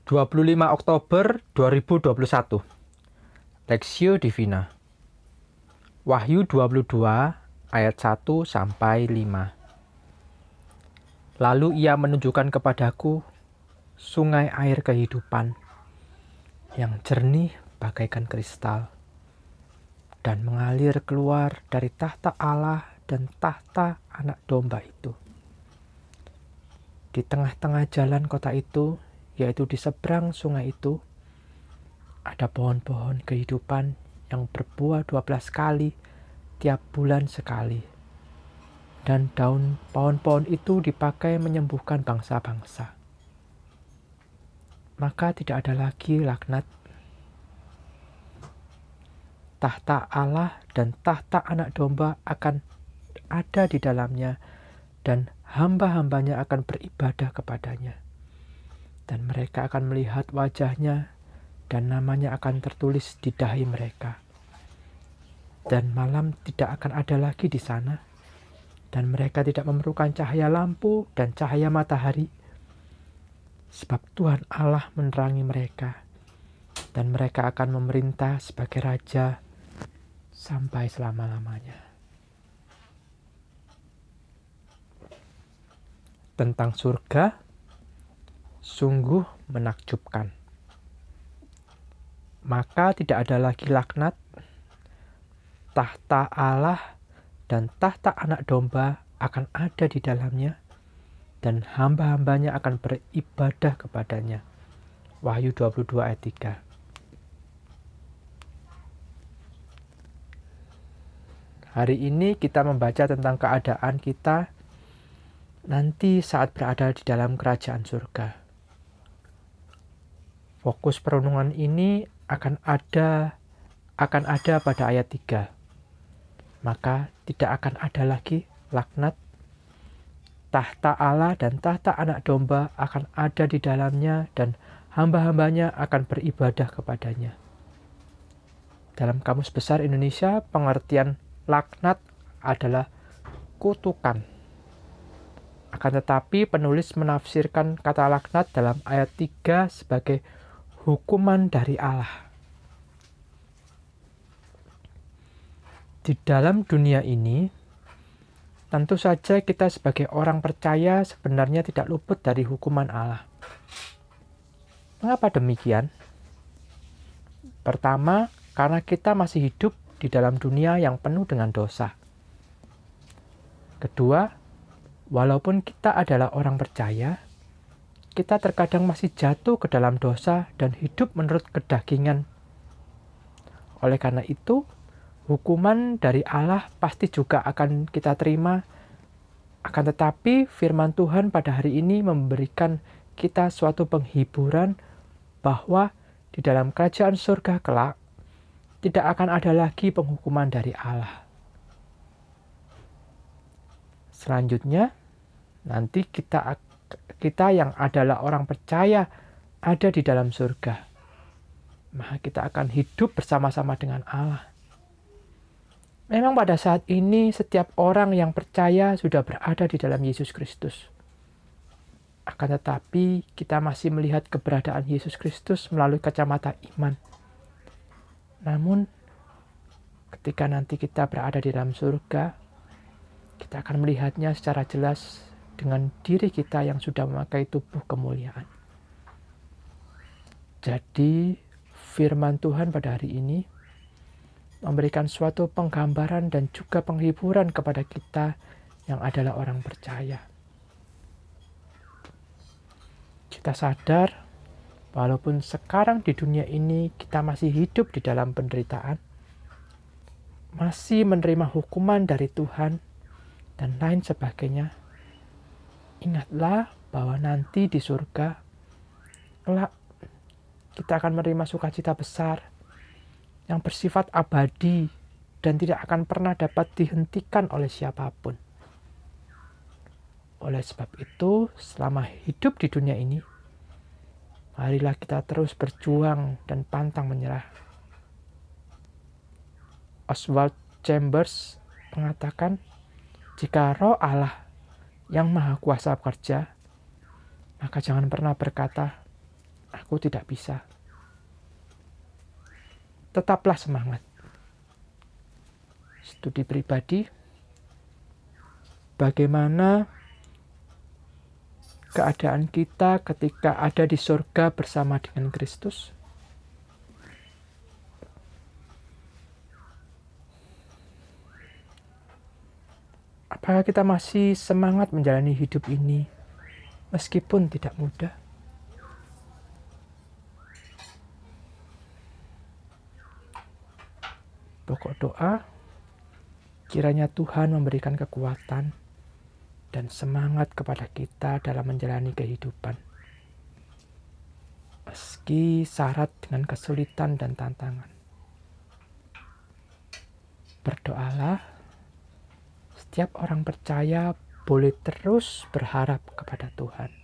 25 Oktober 2021. Lexio Divina. Wahyu 22 ayat 1 sampai 5. Lalu ia menunjukkan kepadaku sungai air kehidupan yang jernih bagaikan kristal dan mengalir keluar dari tahta Allah dan tahta Anak Domba itu. Di tengah-tengah jalan kota itu, yaitu di seberang sungai itu, ada pohon-pohon kehidupan yang berbuah 12 kali tiap bulan sekali. Dan daun pohon-pohon itu dipakai menyembuhkan bangsa-bangsa. Maka tidak ada lagi laknat. Tahta Allah dan tahta Anak Domba akan ada di dalamnya, dan hamba-hambanya akan beribadah kepadanya. Dan mereka akan melihat wajahnya, dan namanya akan tertulis di dahi mereka. Dan malam tidak akan ada lagi di sana, dan mereka tidak memerlukan cahaya lampu dan cahaya matahari, sebab Tuhan Allah menerangi mereka, dan mereka akan memerintah sebagai raja sampai selama-lamanya. Tentang surga, sungguh menakjubkan. Maka tidak ada lagi laknat. Tahta Allah dan tahta Anak Domba akan ada di dalamnya, dan hamba-hambanya akan beribadah kepadanya. Wahyu 22 ayat 3. Hari ini kita membaca tentang keadaan kita nanti saat berada di dalam kerajaan surga. Fokus perenungan ini akan ada pada ayat 3. Maka tidak akan ada lagi laknat. Tahta Allah dan tahta Anak Domba akan ada di dalamnya, dan hamba-hambanya akan beribadah kepadanya. Dalam Kamus Besar Indonesia, pengertian laknat adalah kutukan. Akan tetapi penulis menafsirkan kata laknat dalam ayat 3 sebagai hukuman dari Allah. Di dalam dunia ini, tentu saja kita sebagai orang percaya sebenarnya tidak luput dari hukuman Allah. Mengapa demikian? Pertama, karena kita masih hidup di dalam dunia yang penuh dengan dosa. Kedua, walaupun kita adalah orang percaya, kita terkadang masih jatuh ke dalam dosa dan hidup menurut kedagingan. Oleh karena itu, hukuman dari Allah pasti juga akan kita terima. Akan tetapi firman Tuhan pada hari ini memberikan kita suatu penghiburan bahwa di dalam kerajaan surga kelak tidak akan ada lagi penghukuman dari Allah. Selanjutnya, nanti kita yang adalah orang percaya ada di dalam surga. Maka kita akan hidup bersama-sama dengan Allah. Memang pada saat ini setiap orang yang percaya sudah berada di dalam Yesus Kristus. Akan tetapi kita masih melihat keberadaan Yesus Kristus melalui kacamata iman. Namun ketika nanti kita berada di dalam surga, kita akan melihatnya secara jelas dengan diri kita yang sudah memakai tubuh kemuliaan. Jadi firman Tuhan pada hari ini memberikan suatu penggambaran dan juga penghiburan kepada kita yang adalah orang percaya. Kita sadar, walaupun sekarang di dunia ini kita masih hidup di dalam penderitaan, masih menerima hukuman dari Tuhan, dan lain sebagainya, ingatlah bahwa nanti di surga, kelak kita akan menerima sukacita besar yang bersifat abadi dan tidak akan pernah dapat dihentikan oleh siapapun. Oleh sebab itu, selama hidup di dunia ini, marilah kita terus berjuang dan pantang menyerah. Oswald Chambers mengatakan, jika Roh Allah yang Maha Kuasa bekerja, maka jangan pernah berkata, aku tidak bisa. Tetaplah semangat. Studi pribadi, bagaimana keadaan kita ketika ada di surga bersama dengan Kristus? Apakah kita masih semangat menjalani hidup ini meskipun tidak mudah? Pokok doa, kiranya Tuhan memberikan kekuatan dan semangat kepada kita dalam menjalani kehidupan. Meski syarat dengan kesulitan dan tantangan. Berdoalah, setiap orang percaya boleh terus berharap kepada Tuhan.